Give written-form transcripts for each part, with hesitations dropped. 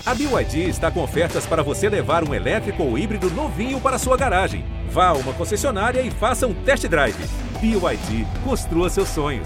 A BYD está com ofertas para você levar um elétrico ou híbrido novinho para sua garagem. Vá a uma concessionária e faça um test drive. BYD, construa seus sonhos.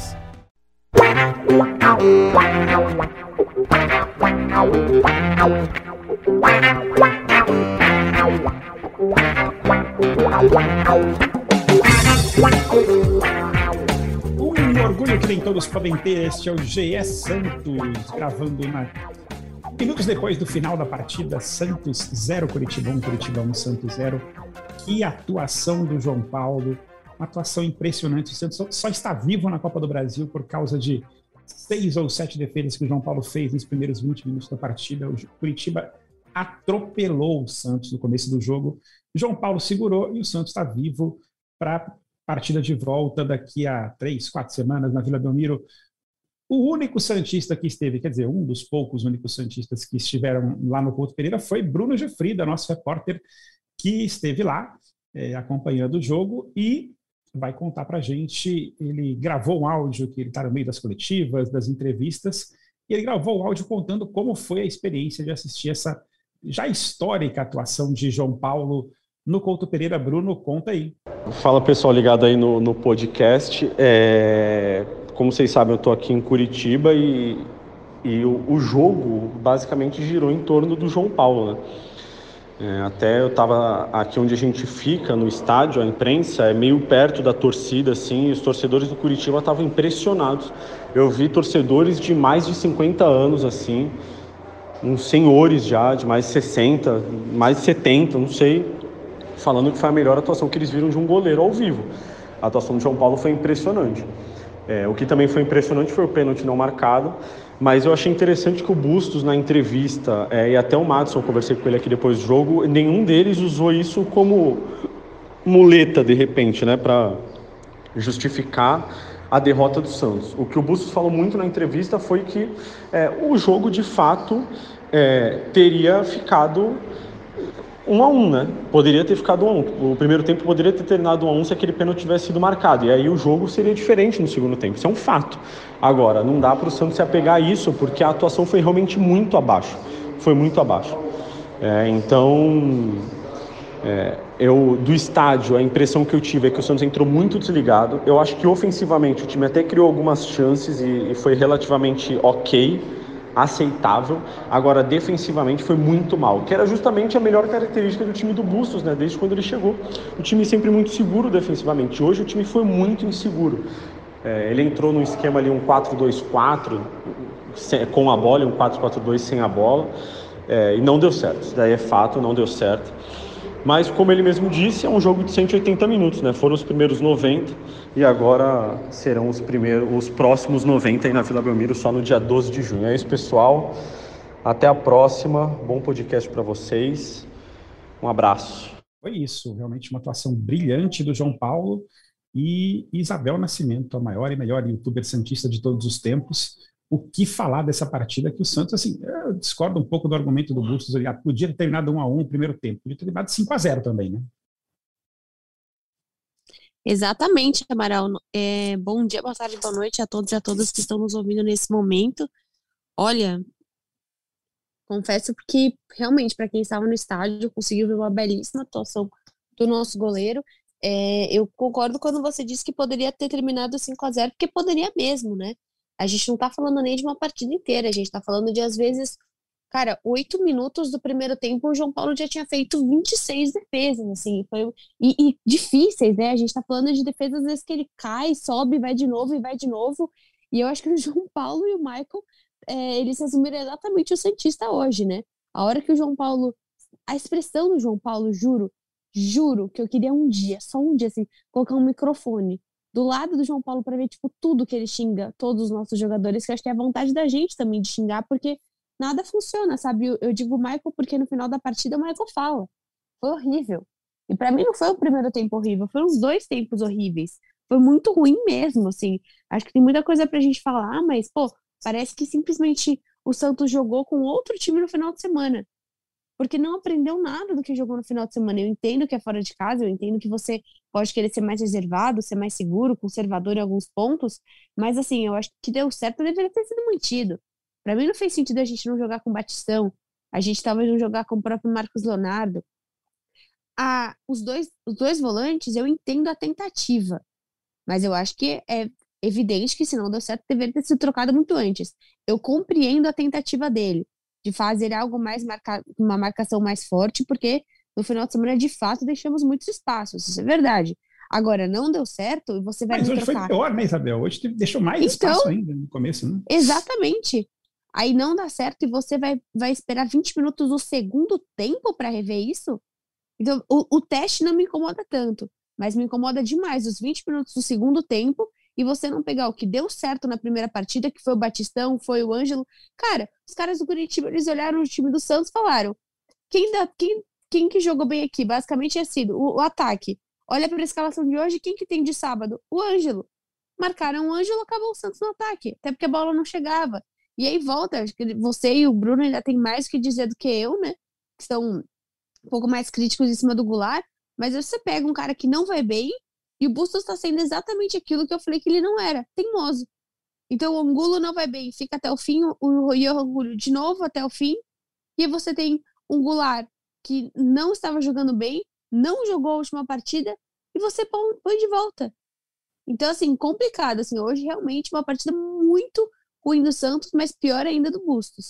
Um orgulho que nem todos podem ter. Este é o GE Santos, gravando minutos depois do final da partida. Santos 0, Curitiba 1, Curitiba 1, Santos 0. Que atuação do João Paulo, uma atuação impressionante. O Santos só está vivo na Copa do Brasil por causa de 6 ou 7 defesas que o João Paulo fez nos primeiros 20 minutos da partida. O Curitiba atropelou o Santos no começo do jogo. O João Paulo segurou e o Santos está vivo para a partida de volta daqui a 3, 4 semanas na Vila Belmiro. O único santista que esteve, quer dizer, um dos poucos únicos santistas que estiveram lá no Couto Pereira foi Bruno Gifrida, nosso repórter, que esteve lá acompanhando o jogo e vai contar para a gente. Ele gravou um áudio, que ele está no meio das coletivas, das entrevistas, e ele gravou o áudio contando como foi a experiência de assistir essa já histórica atuação de João Paulo no Couto Pereira. Bruno, conta aí. Fala, pessoal ligado aí no podcast. Como vocês sabem, eu estou aqui em Curitiba e o jogo basicamente girou em torno do João Paulo, né? Até eu estava aqui onde a gente fica, no estádio, a imprensa é meio perto da torcida, assim, e os torcedores do Curitiba estavam impressionados. Eu vi torcedores de mais de 50 anos, assim, uns senhores já, de mais de 60, mais de 70, não sei, falando que foi a melhor atuação que eles viram de um goleiro ao vivo. A atuação do João Paulo foi impressionante. O que também foi impressionante foi o pênalti não marcado, mas eu achei interessante que o Bustos, na entrevista, e até o Madison, conversei com ele aqui depois do jogo, nenhum deles usou isso como muleta, de repente, né, para justificar a derrota do Santos. O que o Bustos falou muito na entrevista foi que o jogo, de fato, teria ficado 1-1, né? Poderia ter ficado 1-1. O primeiro tempo poderia ter terminado 1-1 se aquele pênalti tivesse sido marcado. E aí o jogo seria diferente no segundo tempo. Isso é um fato. Agora, não dá para o Santos se apegar a isso, porque a atuação foi realmente muito abaixo. Foi muito abaixo. Do estádio, a impressão que eu tive é que o Santos entrou muito desligado. Eu acho que ofensivamente o time até criou algumas chances e foi relativamente ok, aceitável. Agora, defensivamente foi muito mal, que era justamente a melhor característica do time do Bustos, né? Desde quando ele chegou. O time sempre muito seguro defensivamente. Hoje o time foi muito inseguro. Ele entrou num esquema ali, um 4-2-4 com a bola, um 4-4-2 sem a bola, e não deu certo. Isso daí é fato, não deu certo. Mas, como ele mesmo disse, é um jogo de 180 minutos, né? Foram os primeiros 90 e agora serão os próximos 90 aí na Vila Belmiro, só no dia 12 de junho. É isso, pessoal. Até a próxima. Bom podcast para vocês. Um abraço. Foi isso, realmente uma atuação brilhante do João Paulo e Isabel Nascimento, a maior e melhor youtuber santista de todos os tempos. O que falar dessa partida que o Santos, assim, eu discordo um pouco do argumento do Bustos, ele podia ter terminado 1-1 no primeiro tempo, podia ter terminado 5-0 também, né? Exatamente, Amaral. Bom dia, boa tarde, boa noite a todos e a todas que estão nos ouvindo nesse momento. Olha, confesso que realmente, para quem estava no estádio, conseguiu ver uma belíssima atuação do nosso goleiro. Eu concordo quando você disse que poderia ter terminado 5-0, porque poderia mesmo, né? A gente não tá falando nem de uma partida inteira, a gente tá falando de, às vezes, 8 minutos do primeiro tempo, o João Paulo já tinha feito 26 defesas, assim, e difíceis, né? A gente tá falando de defesas, às vezes, que ele cai, sobe, vai de novo, e eu acho que o João Paulo e o Michael, eles assumiram exatamente o Santista hoje, né? A hora que o João Paulo, a expressão do João Paulo, juro que eu queria só um dia, assim, colocar um microfone do lado do João Paulo para ver, tipo, tudo que ele xinga, todos os nossos jogadores, que eu acho que é a vontade da gente também de xingar, porque nada funciona, sabe? Eu digo Michael porque no final da partida o Michael fala. Foi horrível. E para mim não foi o primeiro tempo horrível, foram os 2 tempos horríveis. Foi muito ruim mesmo, assim. Acho que tem muita coisa pra gente falar, mas, parece que simplesmente o Santos jogou com outro time no final de semana. Porque não aprendeu nada do que jogou no final de semana. Eu entendo que é fora de casa, eu entendo que você pode querer ser mais reservado, ser mais seguro, conservador em alguns pontos, mas assim, eu acho que deu certo, deveria ter sido mantido. Pra mim não fez sentido a gente não jogar com Batistão, A gente talvez não jogar com o próprio Marcos Leonardo. Os dois volantes, eu entendo a tentativa, mas eu acho que é evidente que se não deu certo, deveria ter sido trocado muito antes. Eu compreendo a tentativa dele, de fazer algo mais uma marcação mais forte, porque no final de semana, de fato, deixamos muitos espaços, isso é verdade. Agora, não deu certo e você vai Mas me hoje foi trocar. pior, né, Isabel? Hoje deixou mais Então, espaço ainda no começo, né? exatamente. Aí não dá certo e você vai esperar 20 minutos do segundo tempo para rever isso? Então, o teste não me incomoda tanto, mas me incomoda demais os 20 minutos do segundo tempo e você não pegar o que deu certo na primeira partida, que foi o Batistão, foi o Ângelo. Cara, os caras do Curitiba, eles olharam o time do Santos e falaram: quem que jogou bem aqui? Basicamente é sido o ataque. Olha para a escalação de hoje, quem que tem de sábado? O Ângelo. Marcaram o Ângelo, acabou o Santos no ataque, até porque a bola não chegava. E aí volta, acho que você e o Bruno ainda tem mais o que dizer do que eu, né? Que são um pouco mais críticos em cima do Goulart, mas aí você pega um cara que não vai bem e o Bustos está sendo exatamente aquilo que eu falei que ele não era, teimoso. Então o Angulo não vai bem, fica até o fim, o Johan Angulo de novo até o fim, e aí você tem um Goulart que não estava jogando bem, não jogou a última partida, e você põe de volta. Então, assim, complicado, assim, hoje realmente uma partida muito ruim do Santos, mas pior ainda do Bustos.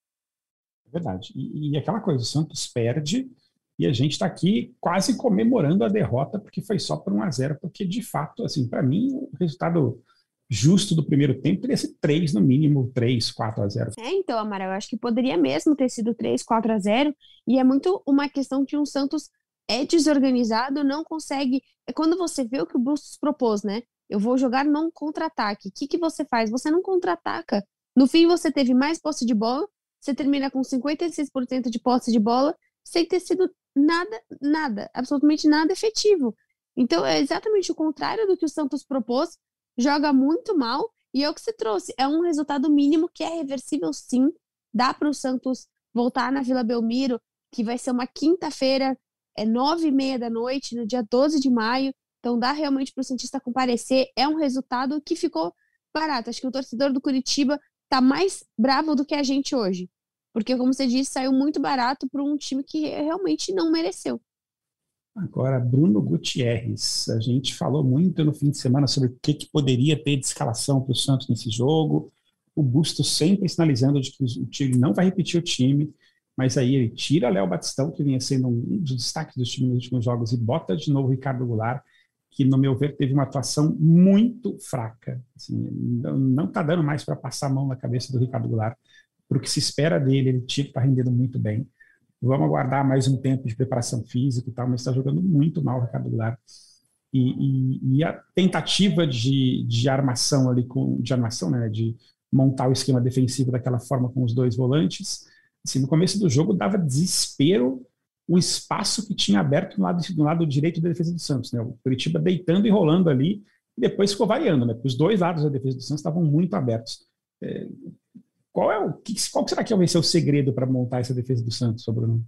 É verdade. E aquela coisa, o Santos perde e a gente está aqui quase comemorando a derrota porque foi só por 1-0, porque de fato, assim, para mim, o resultado justo do primeiro tempo teria sido 3 no mínimo, 3-4-0. Então, Amaral, eu acho que poderia mesmo ter sido 3-4-0, e é muito uma questão que o Santos é desorganizado, não consegue. É quando você vê o que o Bustos propôs, né? Eu vou jogar num contra-ataque. O que você faz? Você não contra-ataca. No fim, você teve mais posse de bola, você termina com 56% de posse de bola, sem ter sido nada, absolutamente nada efetivo. Então, é exatamente o contrário do que o Santos propôs, joga muito mal, e é o que você trouxe. É um resultado mínimo que é reversível, sim. Dá para o Santos voltar na Vila Belmiro, que vai ser uma quinta-feira, 9h30 da noite, no dia 12 de maio. Então dá realmente para o Santista comparecer. É um resultado que ficou barato. Acho que o torcedor do Curitiba tá mais bravo do que a gente hoje. Porque, como você disse, saiu muito barato para um time que realmente não mereceu. Agora, Bruno Gutierrez. A gente falou muito no fim de semana sobre o que poderia ter de escalação para o Santos nesse jogo. O Bustos sempre sinalizando de que o time não vai repetir o time, mas aí ele tira Léo Batistão, que vinha sendo um dos destaques do time nos últimos jogos, e bota de novo o Ricardo Goulart, que, no meu ver, teve uma atuação muito fraca. Assim, não está dando mais para passar a mão na cabeça do Ricardo Goulart. Por o que se espera dele, ele tinha que estar rendendo muito bem. Vamos aguardar mais um tempo de preparação física e tal, mas está jogando muito mal o Ricardo Goulart. E a tentativa de armação ali, né, de montar o esquema defensivo daquela forma com os dois volantes, assim, no começo do jogo dava desespero o espaço que tinha aberto no lado direito da defesa do Santos, né? O Curitiba deitando e rolando ali, e depois ficou variando, né? Porque os dois lados da defesa do Santos estavam muito abertos. Qual será que vai ser o segredo para montar essa defesa do Santos, Bruno?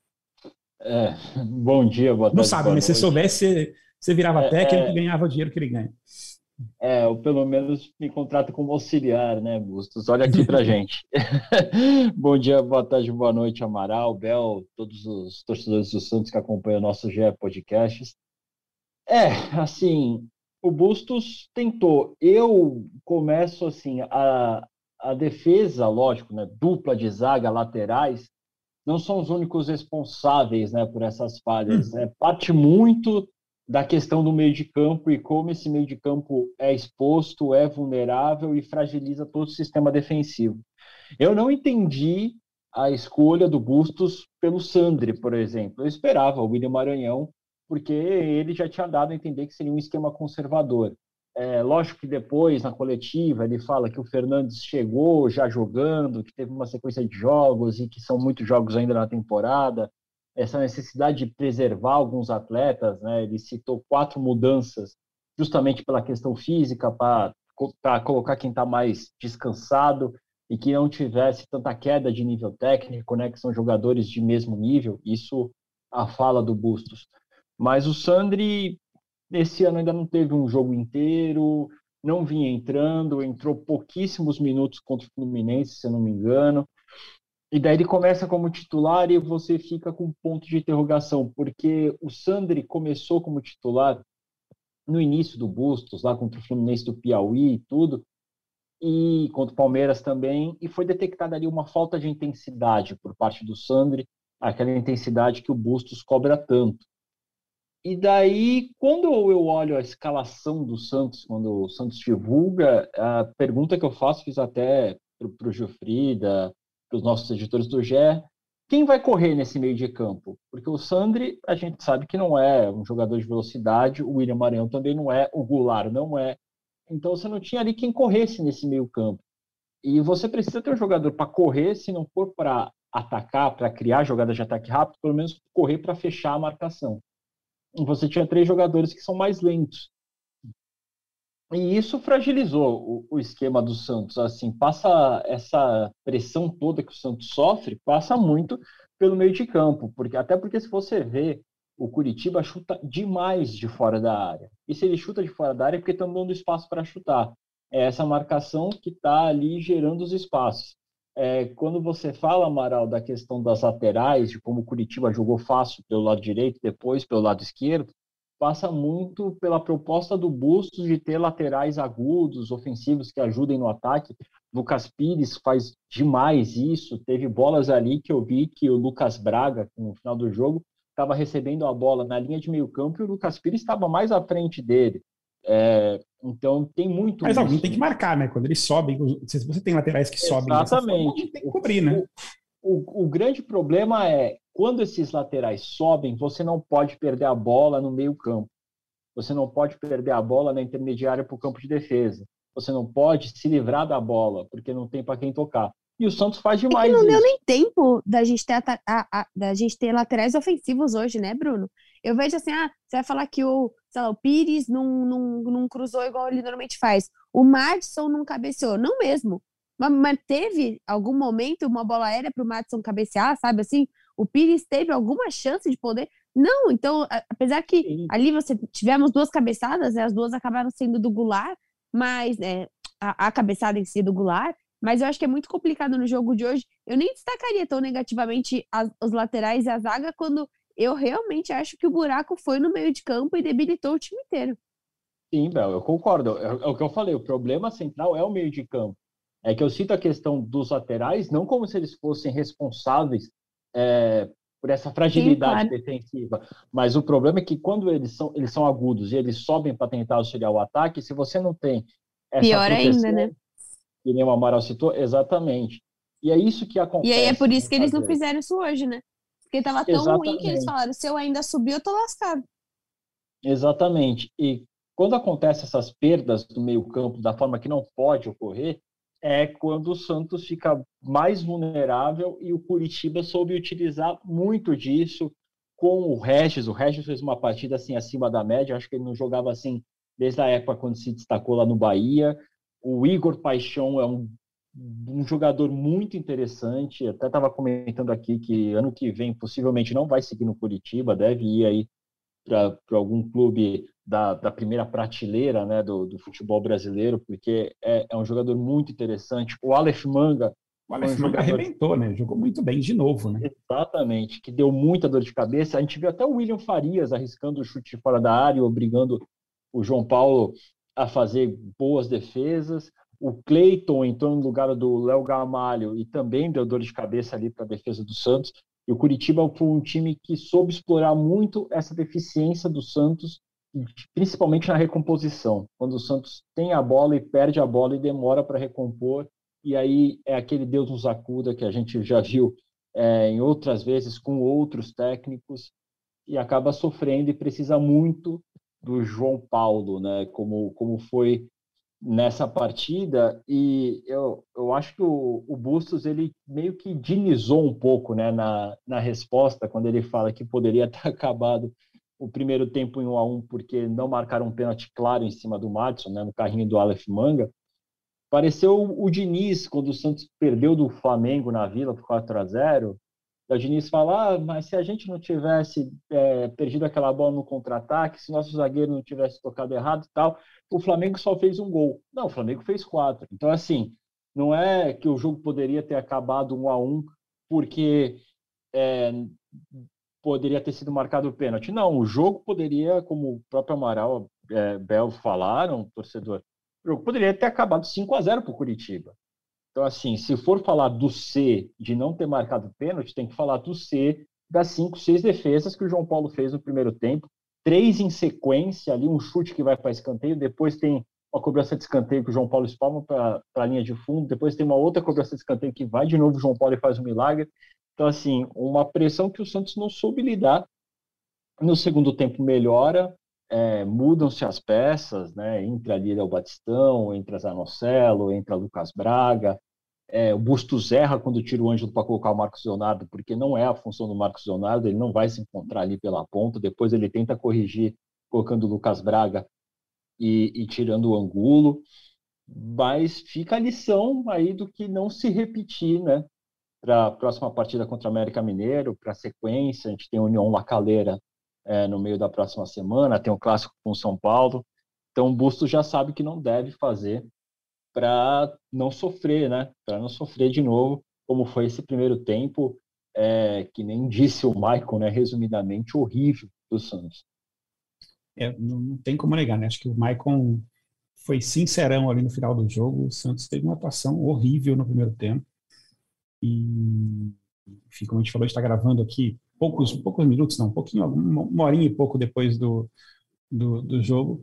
Bom dia, boa tarde. Não sabe, mas se soubesse, você virava técnico e ganhava o dinheiro que ele ganha. Ou pelo menos me contrata como auxiliar, né, Bustos? Olha aqui pra gente. Bom dia, boa tarde, boa noite, Amaral, Bel, todos os torcedores do Santos que acompanham o nosso GE Podcasts. Assim, o Bustos tentou. Eu começo, assim, a defesa, lógico, né, dupla de zaga, laterais, não são os únicos responsáveis, né, por essas falhas. Parte muito da questão do meio de campo e como esse meio de campo é exposto, é vulnerável e fragiliza todo o sistema defensivo. Eu não entendi a escolha do Bustos pelo Sandri, por exemplo. Eu esperava o William Maranhão, porque ele já tinha dado a entender que seria um esquema conservador. Lógico que depois, na coletiva, ele fala que o Fernandes chegou já jogando, que teve uma sequência de jogos e que são muitos jogos ainda na temporada. Essa necessidade de preservar alguns atletas, né? Ele citou 4 mudanças justamente pela questão física, para colocar quem está mais descansado e que não tivesse tanta queda de nível técnico, né? Que são jogadores de mesmo nível. Isso a fala do Bustos. Mas o Sandri, esse ano ainda não teve um jogo inteiro, não vinha entrou pouquíssimos minutos contra o Fluminense, se eu não me engano. E daí ele começa como titular e você fica com um ponto de interrogação, porque o Sandri começou como titular no início do Bustos, lá contra o Fluminense do Piauí e tudo, e contra o Palmeiras também, e foi detectada ali uma falta de intensidade por parte do Sandri, aquela intensidade que o Bustos cobra tanto. E daí, quando eu olho a escalação do Santos, quando o Santos divulga, a pergunta que eu faço, fiz até para o Gilfrida, para os nossos editores do GE, quem vai correr nesse meio de campo? Porque o Sandri, a gente sabe que não é um jogador de velocidade, o William Maranhão também não é, o Goulart não é. Então você não tinha ali quem corresse nesse meio campo. E você precisa ter um jogador para correr, se não for para atacar, para criar jogadas de ataque rápido, pelo menos correr para fechar a marcação. Você tinha 3 jogadores que são mais lentos. E isso fragilizou o esquema do Santos. Assim, passa essa pressão toda que o Santos sofre, passa muito pelo meio de campo, até porque se você vê, o Curitiba chuta demais de fora da área. E se ele chuta de fora da área é porque estão dando espaço para chutar. É essa marcação que está ali gerando os espaços. Quando você fala, Amaral, da questão das laterais, de como o Curitiba jogou fácil pelo lado direito, depois pelo lado esquerdo, passa muito pela proposta do Bustos de ter laterais agudos, ofensivos que ajudem no ataque. Lucas Pires faz demais isso. Teve bolas ali que eu vi que o Lucas Braga, no final do jogo, estava recebendo a bola na linha de meio campo e o Lucas Pires estava mais à frente dele. Então tem muito Mas isso. alguém tem que marcar, né? Quando eles sobem, se você tem laterais que sobem dessa forma, alguém tem que cobrir, né? O grande problema é, quando esses laterais sobem, você não pode perder a bola no meio campo. Você não pode perder a bola na intermediária para o campo de defesa. Você não pode se livrar da bola, porque não tem para quem tocar. E o Santos faz demais isso. Não deu isso. nem tempo da gente ter laterais ofensivos hoje, né, Bruno? Eu vejo assim, você vai falar que o Pires não cruzou igual ele normalmente faz. O Madison não cabeceou. Não mesmo. Mas teve algum momento uma bola aérea para o Madison cabecear, sabe assim? O Pires teve alguma chance de poder? Não, então, apesar que Sim. ali tivemos 2 cabeçadas, né, as 2 acabaram sendo do Goulart, mas a cabeçada em si do Goulart, mas eu acho que é muito complicado no jogo de hoje. Eu nem destacaria tão negativamente os laterais e a zaga, quando eu realmente acho que o buraco foi no meio de campo e debilitou o time inteiro. Sim, Bel, eu concordo. É o que eu falei, o problema central é o meio de campo. É que eu cito a questão dos laterais, não como se eles fossem responsáveis por essa fragilidade Sim, claro. defensiva, mas o problema é que quando eles são agudos e eles sobem para tentar auxiliar o ataque, se você não tem essa Pior proteção, ainda, né? que nem o Amaral citou, exatamente. E é isso que acontece. E aí é por isso que eles não muitas vezes. fizeram isso hoje, né? Porque tava tão ruim que eles Exatamente. falaram, se eu ainda subir, eu tô lascado. Exatamente. E quando acontecem essas perdas do meio campo da forma que não pode ocorrer, é quando o Santos fica mais vulnerável e o Curitiba soube utilizar muito disso com o Regis. O Regis fez uma partida assim acima da média, acho que ele não jogava assim desde a época quando se destacou lá no Bahia. O Igor Paixão é um jogador muito interessante, até estava comentando aqui que ano que vem possivelmente não vai seguir no Curitiba, deve ir aí para algum clube da primeira prateleira, né, do futebol brasileiro, porque é um jogador muito interessante. O Aleph Manga O Aleph Manga arrebentou, né? Jogou muito bem de novo, né? Exatamente, que deu muita dor de cabeça. A gente viu até o William Farias arriscando o chute fora da área, obrigando o João Paulo a fazer boas defesas. O Cleiton entrou no lugar do Léo Gamalho e também deu dor de cabeça ali para a defesa do Santos. E o Curitiba foi um time que soube explorar muito essa deficiência do Santos, principalmente na recomposição. Quando o Santos tem a bola e perde a bola e demora para recompor, e aí é aquele Deus nos acuda que a gente já viu em outras vezes com outros técnicos, e acaba sofrendo e precisa muito do João Paulo, né? Como foi nessa partida. E eu acho que o Bustos ele meio que dinizou um pouco, né, na resposta, quando ele fala que poderia ter acabado o primeiro tempo em 1-1 porque não marcaram um pênalti claro em cima do Madison, né, no carrinho do Aleph Manga. Pareceu o Diniz, quando o Santos perdeu do Flamengo na Vila por 4-0. O Diniz fala, mas se a gente não tivesse perdido aquela bola no contra-ataque, se nosso zagueiro não tivesse tocado errado e tal, o Flamengo só fez um gol. Não, o Flamengo fez 4. Então, assim, não é que o jogo poderia ter acabado 1-1 porque poderia ter sido marcado o pênalti. Não, o jogo poderia, como o próprio Amaral, Bel falaram, torcedor, o jogo poderia ter acabado 5-0 para o Curitiba. Então, assim, se for falar do C de não ter marcado pênalti, tem que falar do C das 5, 6 defesas que o João Paulo fez no primeiro tempo, 3 em sequência, ali um chute que vai para escanteio, depois tem uma cobrança de escanteio que o João Paulo espalma para a linha de fundo, depois tem uma outra cobrança de escanteio que vai de novo o João Paulo e faz um milagre. Então, assim, uma pressão que o Santos não soube lidar. No segundo tempo melhora, mudam-se as peças, né? Entra ali o Batistão, entra Zanocelo, entra Lucas Braga, o Bustos erra quando tira o Ângelo para colocar o Marcos Leonardo, porque não é a função do Marcos Leonardo, ele não vai se encontrar ali pela ponta, depois ele tenta corrigir colocando o Lucas Braga e tirando o Angulo, mas fica a lição aí do que não se repetir, né? Para a próxima partida contra o América Mineiro, para a sequência, a gente tem a União La Calera no meio da próxima semana, tem o clássico com o São Paulo, então o Bustos já sabe que não deve fazer para não sofrer, né? Para não sofrer de novo, como foi esse primeiro tempo, que nem disse o Maicon, né? Resumidamente, horrível do Santos. Não tem como negar, né? Acho que o Maicon foi sincerão ali no final do jogo. O Santos teve uma atuação horrível no primeiro tempo. E, enfim, como a gente falou, a gente está gravando aqui poucos minutos, não, um pouquinho, uma horinha e pouco depois do jogo.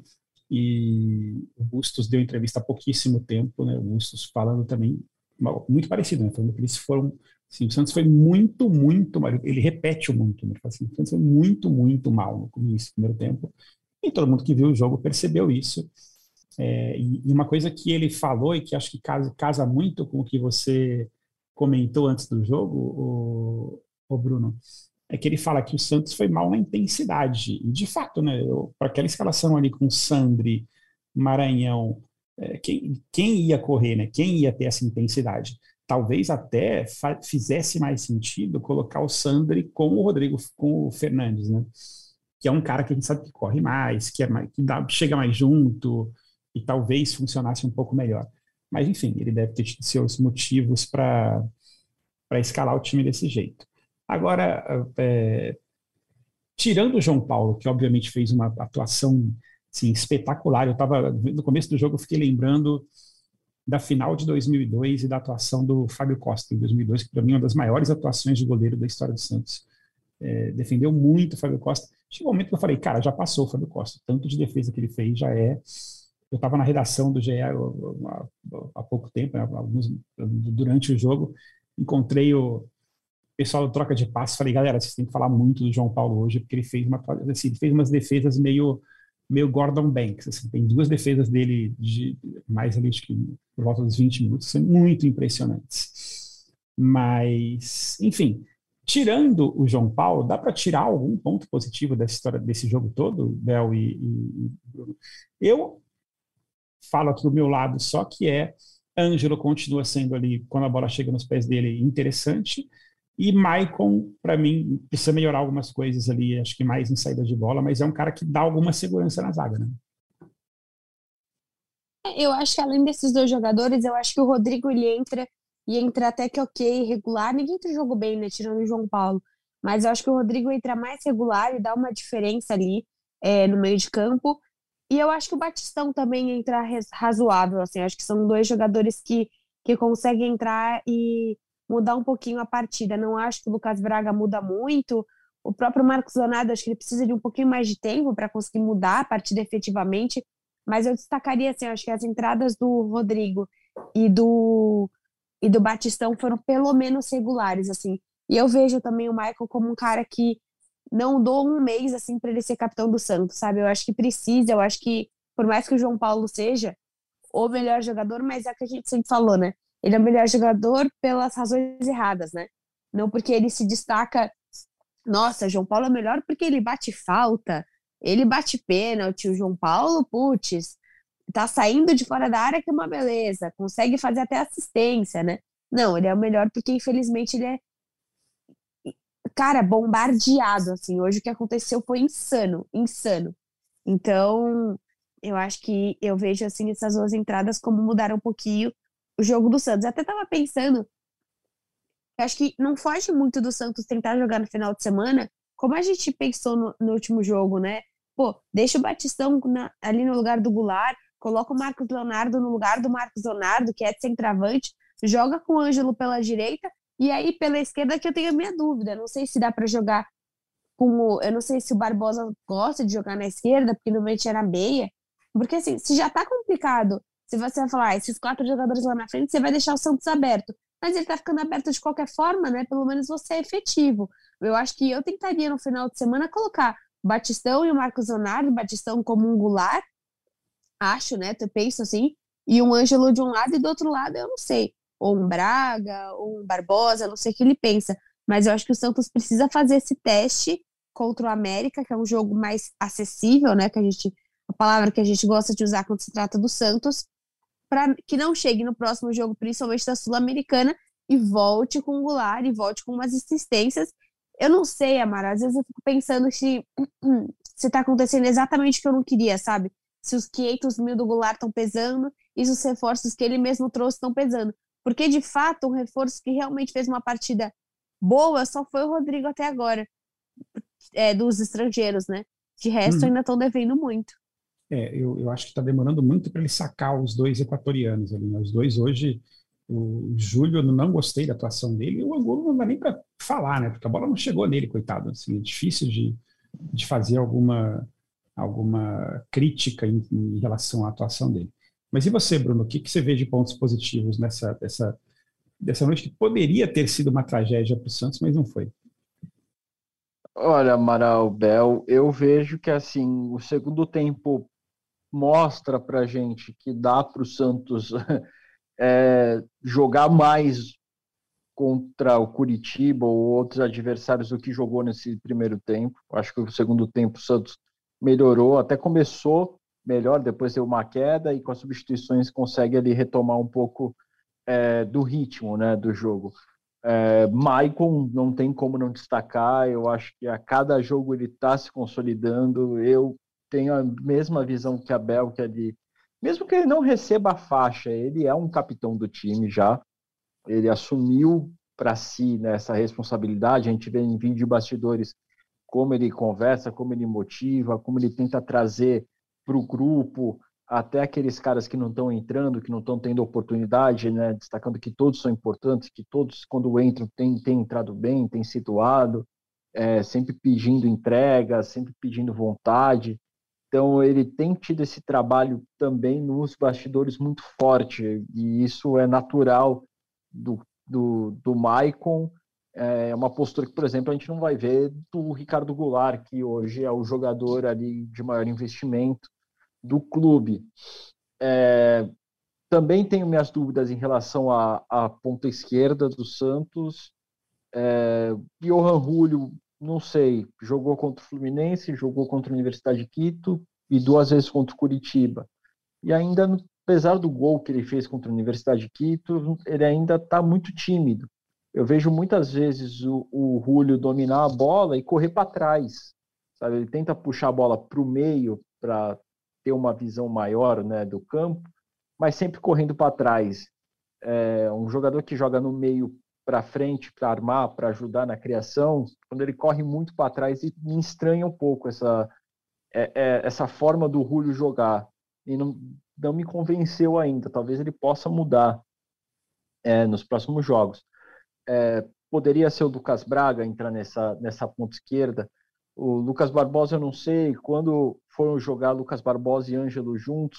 E o Bustos deu entrevista há pouquíssimo tempo, né? O Bustos falando também muito parecido, né? Falando que eles foram, assim, o Santos foi muito mal. Ele repete muito, né? Ele fala assim, o Santos foi muito mal no começo do primeiro tempo. E todo mundo que viu o jogo percebeu isso. E uma coisa que ele falou e que acho que casa muito com o que você comentou antes do jogo, o Bruno, é que ele fala que o Santos foi mal na intensidade. E, de fato, né, para aquela escalação ali com Sandri, Maranhão, quem ia correr, né? Quem ia ter essa intensidade? Talvez até fizesse mais sentido colocar o Sandri com o Rodrigo, com o Fernandes, né? Que é um cara que a gente sabe que corre mais, que chega mais junto, e talvez funcionasse um pouco melhor. Mas, enfim, ele deve ter tido seus motivos para escalar o time desse jeito. Agora, tirando o João Paulo, que obviamente fez uma atuação assim, espetacular, no começo do jogo eu fiquei lembrando da final de 2002 e da atuação do Fábio Costa em 2002, que para mim é uma das maiores atuações de goleiro da história do Santos. Defendeu muito o Fábio Costa. Chegou um momento que eu falei, cara, já passou o Fábio Costa, tanto de defesa que ele fez já é... Eu estava na redação do GE há pouco tempo, né, durante o jogo, encontrei o pessoal do troca de passe, falei, galera, vocês têm que falar muito do João Paulo hoje, porque ele fez umas defesas meio Gordon Banks, assim, tem 2 defesas dele mais ali, acho que por volta dos 20 minutos, são muito impressionantes. Mas, enfim, tirando o João Paulo, dá para tirar algum ponto positivo dessa história, desse jogo todo, Bel e Bruno? Eu falo aqui do meu lado, só que Ângelo continua sendo ali, quando a bola chega nos pés dele, interessante, e Maicon, para mim, precisa melhorar algumas coisas ali, acho que mais em saída de bola, mas é um cara que dá alguma segurança na zaga, né? Eu acho que além desses 2 jogadores, eu acho que o Rodrigo, ele entra até que ok, regular, ninguém jogou bem, né, tirando o João Paulo, mas eu acho que o Rodrigo entra mais regular e dá uma diferença ali no meio de campo. E eu acho que o Batistão também entra razoável, assim, acho que são 2 jogadores que conseguem entrar e mudar um pouquinho a partida. Não acho que o Lucas Braga muda muito, o próprio Marcos Leonardo, acho que ele precisa de um pouquinho mais de tempo para conseguir mudar a partida efetivamente, mas eu destacaria, assim, acho que as entradas do Rodrigo e do Batistão foram pelo menos regulares, assim, e eu vejo também o Michael como um cara que não dou um mês, assim, para ele ser capitão do Santos, sabe? Eu acho que precisa, eu acho que, por mais que o João Paulo seja o melhor jogador, mas é o que a gente sempre falou, né? Ele é o melhor jogador pelas razões erradas, né? Não porque ele se destaca, nossa, João Paulo é melhor porque ele bate falta, ele bate pênalti, o João Paulo, putz, tá saindo de fora da área que é uma beleza, consegue fazer até assistência, né? Não, ele é o melhor porque, infelizmente, ele é cara, bombardeado, assim. Hoje o que aconteceu foi insano. Então, eu acho que eu vejo, assim, essas 2 entradas como mudaram um pouquinho o jogo do Santos. Eu até tava pensando, Eu acho que não foge muito do Santos tentar jogar no final de semana, como a gente pensou no último jogo, né? Pô, deixa o Batistão ali no lugar do Goulart, coloca o Marcos Leonardo no lugar do Marcos Leonardo, que é de centroavante, joga com o Ângelo pela direita, e aí pela esquerda que eu tenho a minha dúvida. Não sei se dá para jogar eu não sei se o Barbosa gosta de jogar na esquerda, porque normalmente era meia. Porque assim, se já tá complicado, se você vai falar, esses 4 jogadores lá na frente, você vai deixar o Santos aberto. Mas ele tá ficando aberto de qualquer forma, né? Pelo menos você é efetivo. Eu acho que eu tentaria no final de semana colocar o Batistão e o Marcos Leonardo, o Batistão como um Goulart, acho, né? Eu penso assim, e um Ângelo de um lado e do outro lado eu não sei. Ou um Braga, ou um Barbosa, não sei o que ele pensa. Mas eu acho que o Santos precisa fazer esse teste contra o América, que é um jogo mais acessível, né? A palavra que a gente gosta de usar quando se trata do Santos, para que não chegue no próximo jogo, principalmente da Sul-Americana, e volte com o Goulart, e volte com umas assistências. Eu não sei, Amara, às vezes eu fico pensando se tá acontecendo exatamente o que eu não queria, sabe? Se os 500 mil do Goulart estão pesando, e se os reforços que ele mesmo trouxe estão pesando. Porque, de fato, um reforço que realmente fez uma partida boa só foi o Rodrigo até agora, dos estrangeiros, né? De resto, ainda estão devendo muito. Eu acho que está demorando muito para ele sacar os 2 equatorianos ali, né? Os dois hoje, o Júlio, eu não gostei da atuação dele, e o Angulo não dá nem para falar, né? Porque a bola não chegou nele, coitado. Assim, é difícil de fazer alguma crítica em relação à atuação dele. Mas e você, Bruno? O que você vê de pontos positivos dessa noite que poderia ter sido uma tragédia para o Santos, mas não foi? Olha, Amaral, Bel, eu vejo que assim o segundo tempo mostra pra gente que dá para o Santos jogar mais contra o Curitiba ou outros adversários do que jogou nesse primeiro tempo. Acho que o segundo tempo o Santos melhorou, até começou melhor, depois deu uma queda e com as substituições consegue ali retomar um pouco do ritmo, né, do jogo. Maicon não tem como não destacar, eu acho que a cada jogo ele está se consolidando, eu tenho a mesma visão que a Bel, que ele, mesmo que ele não receba a faixa, ele é um capitão do time já, ele assumiu para si, né, essa responsabilidade. A gente vê em vídeo de bastidores como ele conversa, como ele motiva, como ele tenta trazer para o grupo até aqueles caras que não estão entrando, que não estão tendo oportunidade, né, destacando que todos são importantes, que todos, quando entram, têm entrado bem, têm situado, sempre pedindo entrega, sempre pedindo vontade. Então, ele tem tido esse trabalho também nos bastidores muito forte, e isso é natural do Maicon. É uma postura que, por exemplo, a gente não vai ver do Ricardo Goulart, que hoje é o jogador ali de maior investimento do clube. Também tenho minhas dúvidas em relação à ponta esquerda do Santos. Johan Julio, não sei, jogou contra o Fluminense, jogou contra a Universidade de Quito e 2 vezes contra o Curitiba. E ainda, apesar do gol que ele fez contra a Universidade de Quito, ele ainda está muito tímido. Eu vejo muitas vezes o Julio dominar a bola e correr para trás, sabe? Ele tenta puxar a bola para o meio para ter uma visão maior, né, do campo, mas sempre correndo para trás. Um jogador que joga no meio para frente, para armar, para ajudar na criação, quando ele corre muito para trás, e me estranha um pouco essa forma do Julio jogar. E não me convenceu ainda. Talvez ele possa mudar nos próximos jogos. Poderia ser o Lucas Braga entrar nessa ponta esquerda. O Lucas Barbosa, eu não sei, quando foram jogar Lucas Barbosa e Ângelo juntos,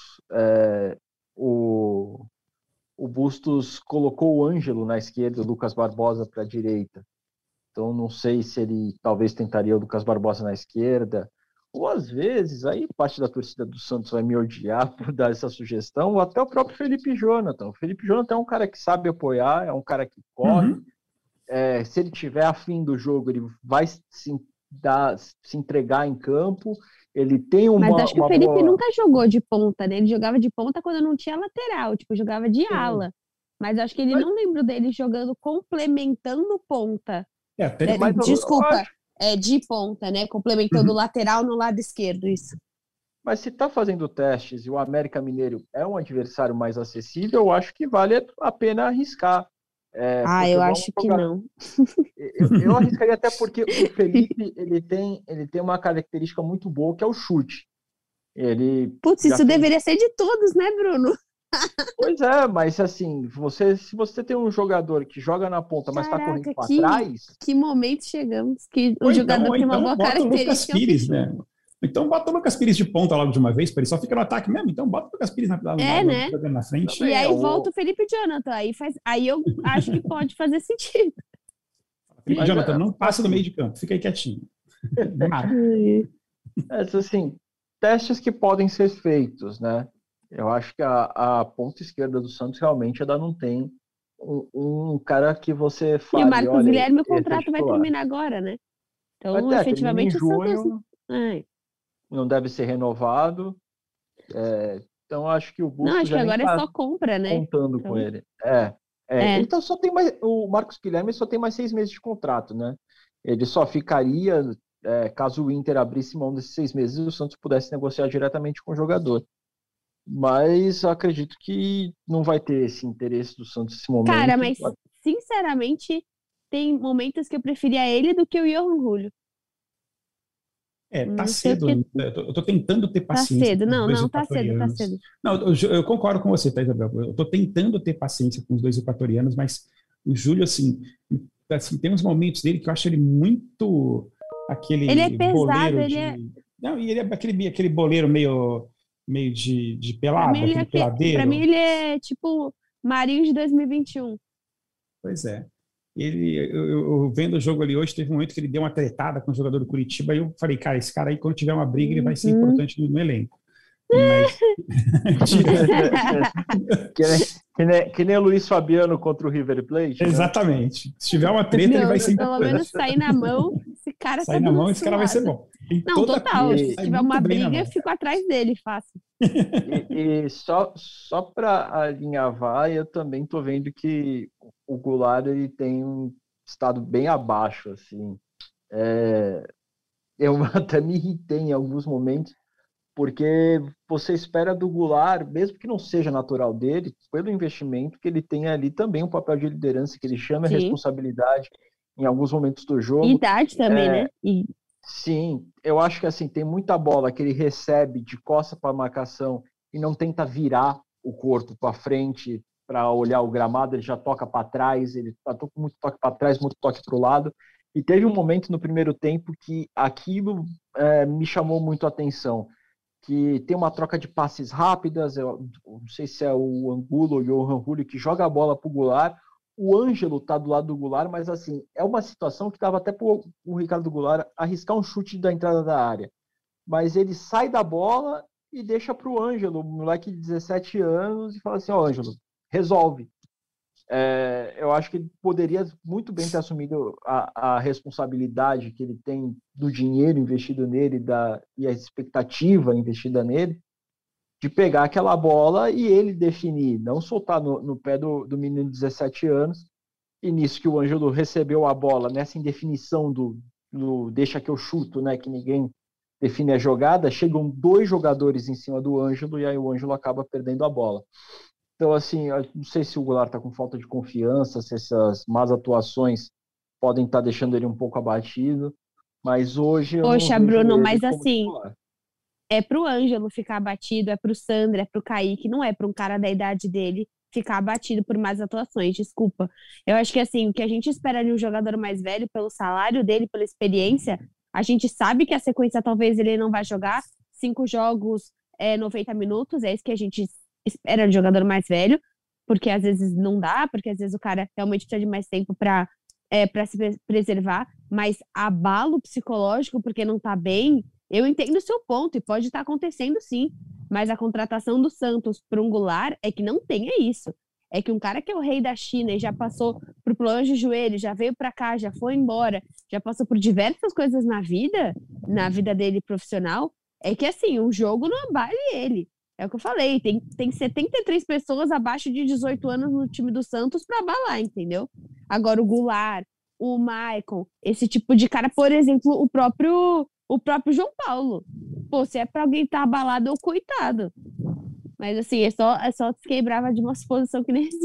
o Bustos colocou o Ângelo na esquerda e o Lucas Barbosa para a direita. Então, não sei se ele talvez tentaria o Lucas Barbosa na esquerda, ou às vezes, aí parte da torcida do Santos vai me odiar por dar essa sugestão, ou até o próprio Felipe Jonathan. O Felipe Jonathan é um cara que sabe apoiar, é um cara que corre. Se ele tiver afim do jogo, ele vai se entregar em campo. Ele tem uma Mas acho que o Felipe boa... nunca jogou de ponta, né? Ele jogava de ponta quando não tinha lateral, tipo, jogava de ala. Mas acho que ele não lembro dele jogando complementando ponta. Desculpa, de ponta, né? Complementando lateral no lado esquerdo, isso. Mas se está fazendo testes e o América Mineiro é um adversário mais acessível, eu acho que vale a pena arriscar. Ah, eu acho que não. Eu arriscaria até porque o Felipe ele tem uma característica muito boa que é o chute. Ele Putz, já isso fez... deveria ser de todos, né, Bruno? Pois é, mas assim, se você tem um jogador que joga na ponta, mas está correndo Caraca, para trás, que momento chegamos. Que Ou o jogador tem uma boa bota o Lucas característica. Pires, né? Então bota o Lucas Pires de ponta logo de uma vez, para ele só fica no ataque mesmo. Então bota o Lucas Pires né? jogando na frente. E aí volta o Felipe Jonathan. Aí eu acho que pode fazer sentido. Felipe Jonathan, não passa do meio de campo, fica aí quietinho. Assim, testes que podem ser feitos, né? Eu acho que a ponta esquerda do Santos realmente ainda não tem um cara que você fale, e o Marcos olha, Guilherme, o contrato vai terminar agora, né? Então, efetivamente, o Santos... não deve ser renovado. Então, acho que o Bustos não, acho que agora é só compra, né? Contando com ele. Então, só tem mais... O Marcos Guilherme só tem mais 6 meses de contrato, né? Ele só ficaria... caso o Inter abrisse mão desses 6 meses e o Santos pudesse negociar diretamente com o jogador. Mas acredito que não vai ter esse interesse do Santos nesse momento. Cara, mas sinceramente, tem momentos que eu preferia ele do que o Johan Julio. Tá cedo. Eu tô tentando ter paciência. Tá cedo, não, tá cedo. Não, eu concordo com você, tá, Isabel? Eu tô tentando ter paciência com os 2 equatorianos, mas o Júlio, assim, tem uns momentos dele que eu acho ele muito aquele ele é pesado, boleiro Não, e ele é aquele boleiro meio de pelado, aquele peladeiro. Pra mim ele é tipo Marinho de 2021. Pois é. Eu vendo o jogo ali hoje, teve um momento que ele deu uma tretada com o jogador do Curitiba e eu falei, cara, esse cara aí, quando tiver uma briga, ele vai ser importante no elenco. Mas... que nem o Luiz Fabiano contra o River Plate. Exatamente. Se tiver uma treta, ele vai ser importante. Pelo menos sair na mão, esse cara vai ser bom. Não, total. Se tiver uma briga, eu fico atrás dele, fácil. E só para alinhavar, eu também tô vendo que o Goulart ele tem um estado bem abaixo, assim. Eu até me irritei em alguns momentos, porque você espera do Goulart, mesmo que não seja natural dele, pelo investimento que ele tem ali também um papel de liderança, que ele chama a responsabilidade em alguns momentos do jogo. E idade também, né? Sim, eu acho que assim, tem muita bola que ele recebe de costa para marcação e não tenta virar o corpo para frente para olhar o gramado, ele já toca para trás, ele tá com muito toque para trás, muito toque para o lado. E teve um momento no primeiro tempo que aquilo me chamou muito a atenção, que tem uma troca de passes rápidas, eu não sei se é o Angulo ou o Johan Julio que joga a bola para o Goulart, o Ângelo tá do lado do Goulart, mas assim, é uma situação que dava até para o Ricardo Goulart arriscar um chute da entrada da área. Mas ele sai da bola e deixa para o Ângelo, um moleque de 17 anos, e fala assim, Ângelo, resolve. Eu acho que ele poderia muito bem ter assumido a responsabilidade que ele tem do dinheiro investido nele e a expectativa investida nele, de pegar aquela bola e ele definir, não soltar no pé do menino de 17 anos, e nisso que o Ângelo recebeu a bola, nessa indefinição do deixa que eu chuto, né, que ninguém define a jogada, chegam 2 jogadores em cima do Ângelo, e aí o Ângelo acaba perdendo a bola. Então, assim, eu não sei se o Goulart está com falta de confiança, se essas más atuações podem estar deixando ele um pouco abatido, mas hoje... Poxa, Bruno, mas assim... É pro Ângelo ficar abatido, é pro Sandro, é pro Kaique, não é para um cara da idade dele ficar abatido por mais atuações, desculpa. Eu acho que assim, o que a gente espera de um jogador mais velho, pelo salário dele, pela experiência, a gente sabe que a sequência talvez ele não vai jogar 5 jogos, 90 minutos, é isso que a gente espera de jogador mais velho, porque às vezes não dá, porque às vezes o cara realmente precisa de mais tempo para se preservar, mas abalo psicológico porque não tá bem. Eu entendo o seu ponto e pode estar acontecendo sim, mas a contratação do Santos para um Goulart é que não tenha isso. É que um cara que é o rei da China e já passou por problemas de joelho, já veio para cá, já foi embora, já passou por diversas coisas na vida dele profissional, é que assim, o jogo não abale ele. É o que eu falei, tem 73 pessoas abaixo de 18 anos no time do Santos para abalar, entendeu? Agora o Goulart, o Maicon, esse tipo de cara, por exemplo, o próprio João Paulo. Pô, se é pra alguém estar abalado, eu coitado. Mas assim, é só se quebrava de uma suposição que nem existe.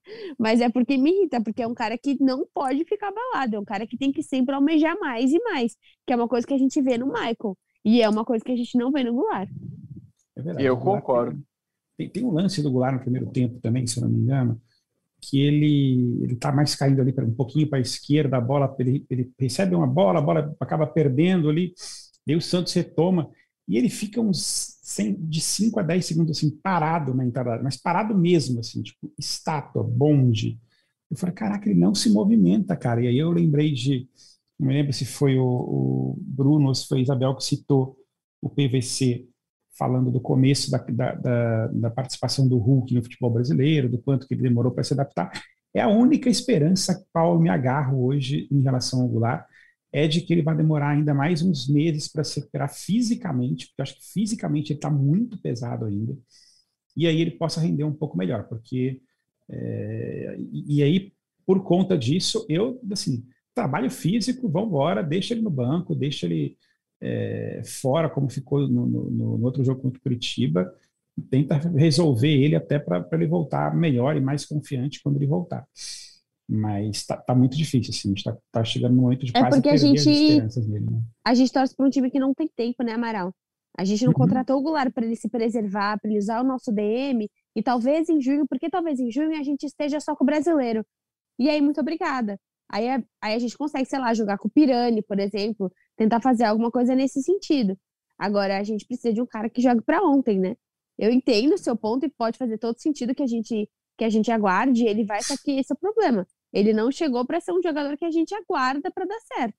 Mas é porque me irrita, porque é um cara que não pode ficar abalado, é um cara que tem que sempre almejar mais e mais, que é uma coisa que a gente vê no Michael, e é uma coisa que a gente não vê no Goulart. É verdade. Eu concordo. Tem um lance do Goulart no primeiro tempo também, se eu não me engano, que ele tá mais caindo ali um pouquinho para a esquerda, a bola, ele recebe uma bola, a bola acaba perdendo ali, daí o Santos retoma, e ele fica de 5 a 10 segundos assim, parado na entrada, mas parado mesmo, assim, tipo, estátua, bonde. Eu falei, caraca, ele não se movimenta, cara. E aí eu lembrei não me lembro se foi o Bruno ou se foi a Isabel que citou o PVC, falando do começo da participação do Hulk no futebol brasileiro, do quanto que ele demorou para se adaptar. É a única esperança que Paulo me agarro hoje em relação ao Goulart, é de que ele vai demorar ainda mais uns meses para se recuperar fisicamente, porque eu acho que fisicamente ele está muito pesado ainda, e aí ele possa render um pouco melhor, porque e aí, por conta disso, eu, assim, trabalho físico, vamos embora, deixa ele no banco, deixa ele fora, como ficou no outro jogo contra o Curitiba, tenta resolver ele até para ele voltar melhor e mais confiante quando ele voltar. Mas tá muito difícil, assim, a gente tá chegando no momento de quase perder as esperanças dele, né? A gente torce para um time que não tem tempo, né, Amaral? A gente não contratou o Goulart para ele se preservar, para ele usar o nosso DM, e talvez em junho, porque talvez em junho a gente esteja só com o brasileiro. E aí, muito obrigada. Aí a gente consegue, sei lá, jogar com o Pirani, por exemplo, tentar fazer alguma coisa nesse sentido. Agora, a gente precisa de um cara que jogue para ontem, né? Eu entendo o seu ponto e pode fazer todo sentido que a gente aguarde, ele vai, só que esse é o problema. Ele não chegou para ser um jogador que a gente aguarda para dar certo.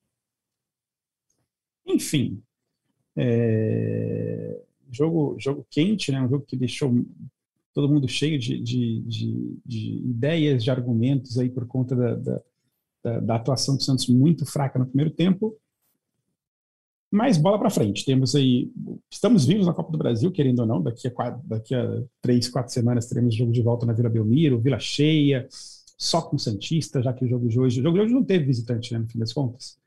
Enfim, jogo quente, né? Um jogo que deixou todo mundo cheio de ideias, de argumentos aí por conta da atuação do Santos muito fraca no primeiro tempo. Mas bola para frente. Estamos vivos na Copa do Brasil, querendo ou não. Daqui a 3, 4 semanas teremos jogo de volta na Vila Belmiro, Vila cheia, só com Santista, já que o jogo de hoje não teve visitante, né, no fim das contas.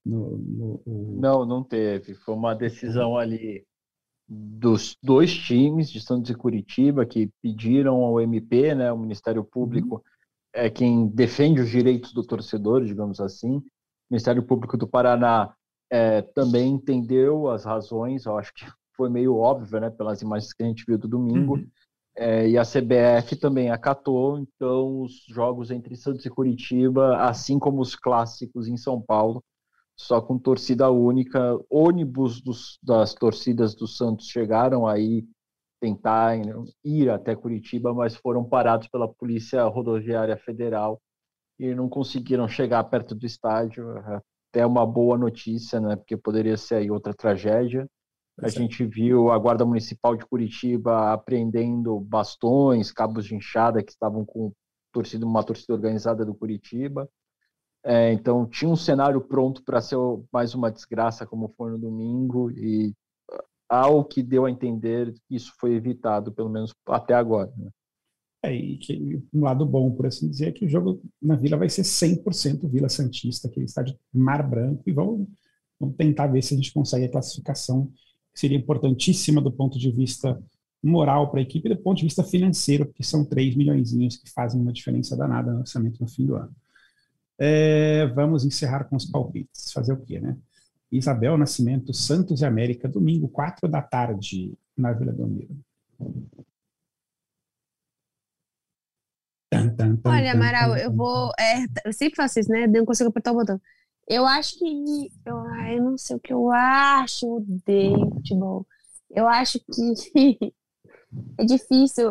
Não teve. Foi uma decisão ali dos dois times, de Santos e Curitiba, que pediram ao MP, né, o Ministério Público, é quem defende os direitos do torcedor, digamos assim. O Ministério Público do Paraná também entendeu as razões, eu acho que foi meio óbvio, né, pelas imagens que a gente viu do domingo, e a CBF também acatou. Então os jogos entre Santos e Curitiba, assim como os clássicos em São Paulo, só com torcida única. Ônibus das torcidas do Santos chegaram aí tentar ir até Curitiba, mas foram parados pela Polícia Rodoviária Federal e não conseguiram chegar perto do estádio. Até uma boa notícia, né? Porque poderia ser aí outra tragédia. A gente viu a Guarda Municipal de Curitiba apreendendo bastões, cabos de enxada que estavam com uma torcida organizada do Curitiba. Então tinha um cenário pronto para ser mais uma desgraça como foi no domingo, e ao que deu a entender, isso foi evitado, pelo menos até agora, né? E que um lado bom, por assim dizer, é que o jogo na Vila vai ser 100% Vila Santista, aquele estádio Mar Branco, e vamos tentar ver se a gente consegue a classificação, que seria importantíssima do ponto de vista moral para a equipe e do ponto de vista financeiro, porque são 3 milhõezinhos que fazem uma diferença danada no orçamento no fim do ano. Vamos encerrar com os palpites. Fazer o quê, né? Isabel Nascimento, Santos e América, domingo, 4 da tarde, na Vila Belmiro. Olha, Amaral, eu sempre faço isso, né? Não consigo apertar o botão. Eu acho que... Eu não sei o que eu acho, odeio futebol. Eu acho que é difícil.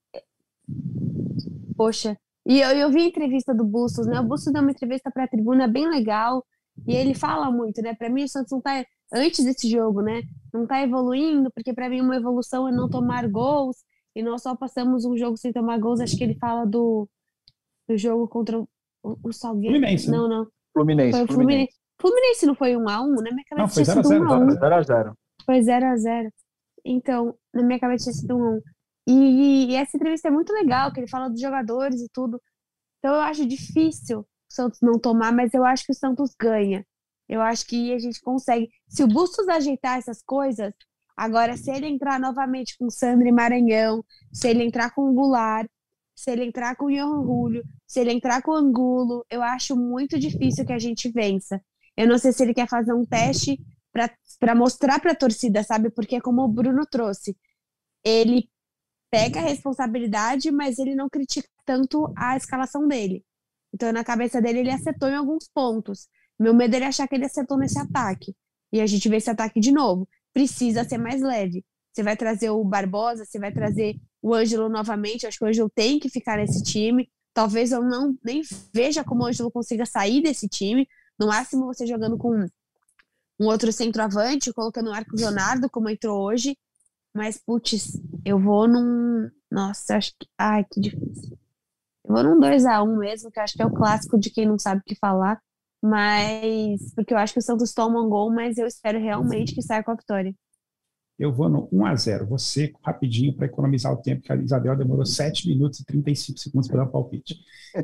Poxa. E eu vi a entrevista do Bustos, né? O Bustos deu uma entrevista para a Tribuna bem legal, e ele fala muito, né? Para mim, o Santos não tá, antes desse jogo, né? Não tá evoluindo, porque para mim uma evolução é não tomar gols, e nós só passamos um jogo sem tomar gols. Acho que ele fala do jogo contra o Salgueiro. Fluminense. Não. Fluminense. Foi o Fluminense. Fluminense não foi 1-1, né? Minha cabeça não, foi tinha sido 1-1. 0-0. Foi 0-0. Então, na minha cabeça tinha sido 1-1. E essa entrevista é muito legal, que ele fala dos jogadores e tudo. Então eu acho difícil o Santos não tomar, mas eu acho que o Santos ganha. Eu acho que a gente consegue. Se o Bustos ajeitar essas coisas, agora se ele entrar novamente com o Sandro e Maranhão, se ele entrar com o Goulart, se ele entrar com o Johan Julio, se ele entrar com o Angulo, eu acho muito difícil que a gente vença. Eu não sei se ele quer fazer um teste para mostrar para a torcida, sabe? Porque como o Bruno trouxe, ele pega a responsabilidade, mas ele não critica tanto a escalação dele. Então, na cabeça dele, ele acertou em alguns pontos. Meu medo é ele achar que ele acertou nesse ataque. E a gente vê esse ataque de novo. Precisa ser mais leve. Você vai trazer o Barbosa, você vai trazer o Ângelo novamente. Acho que o Ângelo tem que ficar nesse time. Talvez eu nem veja como o Ângelo consiga sair desse time. No máximo, você jogando com um outro centroavante, colocando o Marcos Leonardo, como entrou hoje. Mas, putz, eu vou num... Nossa, acho que... Ai, que difícil. Eu vou num 2-1 mesmo, que eu acho que é o clássico de quem não sabe o que falar. Mas... Porque eu acho que o Santos toma um gol, mas eu espero realmente que saia com a vitória. Eu vou no 1-0. Você, rapidinho, para economizar o tempo, que a Isabel demorou 7 minutos e 35 segundos para dar o palpite.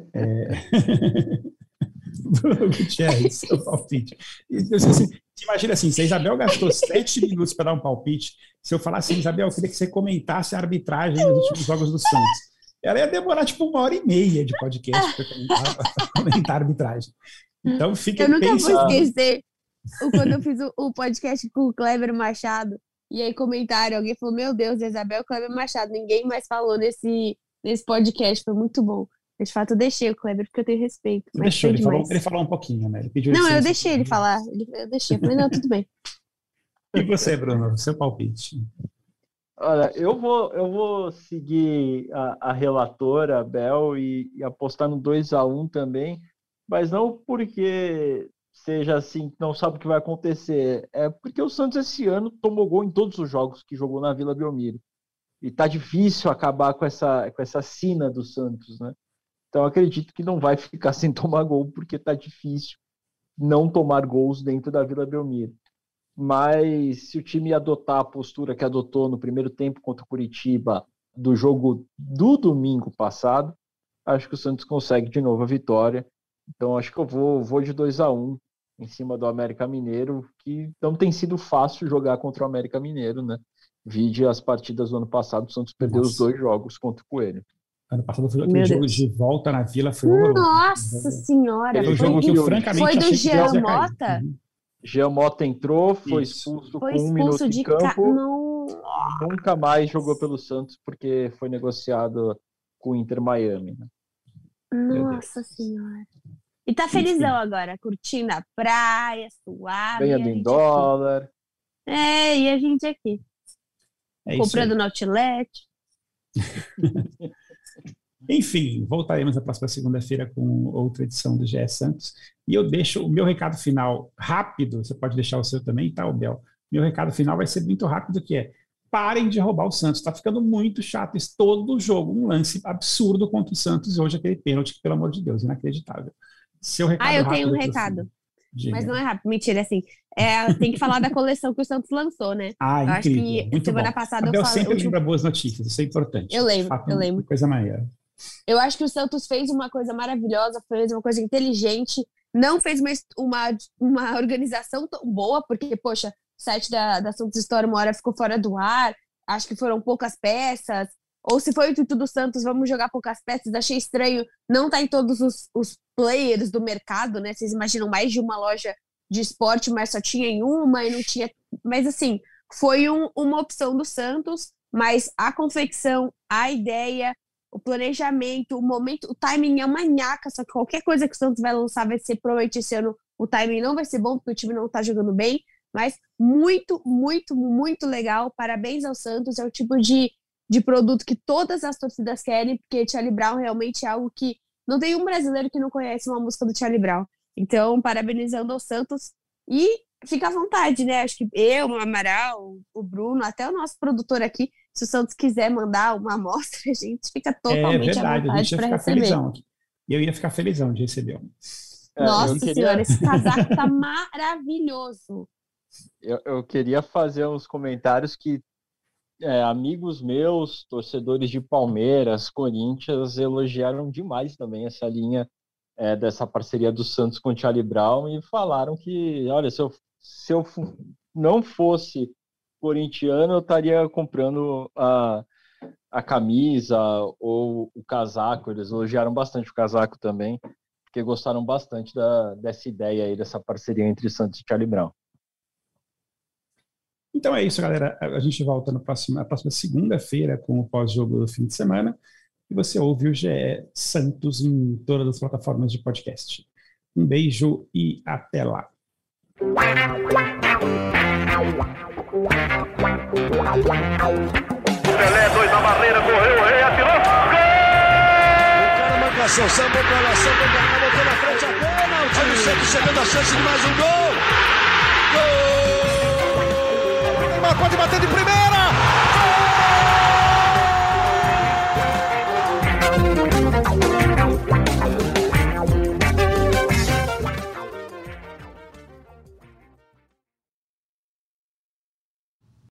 Bruno Gutierrez, seu palpite. Imagina assim, se a Isabel gastou 7 minutos para dar um palpite, se eu falasse assim, Isabel, eu queria que você comentasse a arbitragem nos últimos jogos do Santos. Ela ia demorar tipo 1h30 de podcast para comentar a arbitragem. Então fica Eu nunca pensando. vou esquecer quando eu fiz o podcast com o Kleber Machado, e aí comentaram, alguém falou, meu Deus, Isabel, Kleber Machado, ninguém mais falou nesse podcast, foi muito bom. De fato, eu deixei o Kleber, porque eu tenho respeito. Mas Deixou, ele falou um pouquinho, né? Ele pediu não, licença. eu deixei ele falar. Eu deixei. Eu falei, não, tudo bem. E você, Bruno, seu palpite? Olha, eu vou seguir a relatora, a Bel, e apostar no 2-1 também, mas não porque seja assim, não sabe o que vai acontecer. É porque o Santos esse ano tomou gol em todos os jogos que jogou na Vila Belmiro. E tá difícil acabar com essa sina do Santos, né? Então, acredito que não vai ficar sem tomar gol, porque está difícil não tomar gols dentro da Vila Belmiro. Mas se o time adotar a postura que adotou no primeiro tempo contra o Curitiba do jogo do domingo passado, acho que o Santos consegue de novo a vitória. Então, acho que eu vou de 2-1 em cima do América Mineiro, que não tem sido fácil jogar contra o América Mineiro, né? Vide as partidas do ano passado, o Santos perdeu os 2 jogos contra o Coelho. Ano passado foi aquele jogo de volta na Vila, foi horroroso. Nossa Senhora! Foi um jogo que eu francamente foi do achei que Jean ia Mota? cair. Jean Mota entrou, foi expulso com 1 minuto em campo. Nunca mais jogou pelo Santos porque foi negociado com o Inter Miami. Né? Nossa Senhora! E tá felizão agora, curtindo a praia, suave. Ganhando em dólar. Aqui. E a gente aqui. Comprando no Outlet. Enfim, voltaremos na próxima segunda-feira com outra edição do GE Santos. E eu deixo o meu recado final rápido, você pode deixar o seu também, tá, Bel? Meu recado final vai ser muito rápido, que é: parem de roubar o Santos. Está ficando muito chato isso. Todo jogo, um lance absurdo contra o Santos. Hoje aquele pênalti, que, pelo amor de Deus, inacreditável. Seu recado eu tenho um recado. Mas não é rápido, mentira, assim. Tem que falar da coleção que o Santos lançou, né? Eu incrível, acho que muito semana passada eu falei. sempre lembra boas notícias, isso é importante. Eu lembro. Coisa maior. Eu acho que o Santos fez uma coisa maravilhosa, fez uma coisa inteligente, não fez uma organização tão boa, porque, poxa, o site da Santos História uma hora ficou fora do ar, acho que foram poucas peças, ou se foi o intuito do Santos, vamos jogar poucas peças, achei estranho, não tá em todos os players do mercado, né? Vocês imaginam mais de uma loja de esporte, mas só tinha em uma e não tinha... Mas, assim, foi uma opção do Santos, mas a confecção, a ideia, o planejamento, o momento, o timing é uma nhaca, só que qualquer coisa que o Santos vai lançar vai ser, provavelmente esse ano, o timing não vai ser bom, porque o time não tá jogando bem, mas muito, muito, muito legal, parabéns ao Santos, é o tipo de produto que todas as torcidas querem, porque Charlie Brown realmente é algo que não tem um brasileiro que não conhece uma música do Charlie Brown. Então, parabenizando ao Santos, e fica à vontade, né? Acho que eu, o Amaral, o Bruno, até o nosso produtor aqui, se o Santos quiser mandar uma amostra, a gente fica totalmente à vontade para receber. Eu ia ficar felizão de receber. Nossa Senhora, esse casaco tá maravilhoso. Eu queria fazer uns comentários que amigos meus, torcedores de Palmeiras, Corinthians, elogiaram demais também essa linha dessa parceria do Santos com o Charlie Brown e falaram que, olha, se eu não fosse corintiano, eu estaria comprando a camisa ou o casaco. Eles elogiaram bastante o casaco também, porque gostaram bastante dessa ideia aí, dessa parceria entre Santos e Charlie Brown. Então é isso, galera. A gente volta na próxima segunda-feira com o pós-jogo do fim de semana. E você ouve o GE Santos em todas as plataformas de podcast. Um beijo e até lá. Pelé, 2 na barreira, correu, o Rei atirou. Gol! O cara marcação, sambou pra lá, botou na frente a pênalti. Olha o Santos chegando a chance de mais um gol. Gol! Neymar pode bater de primeira.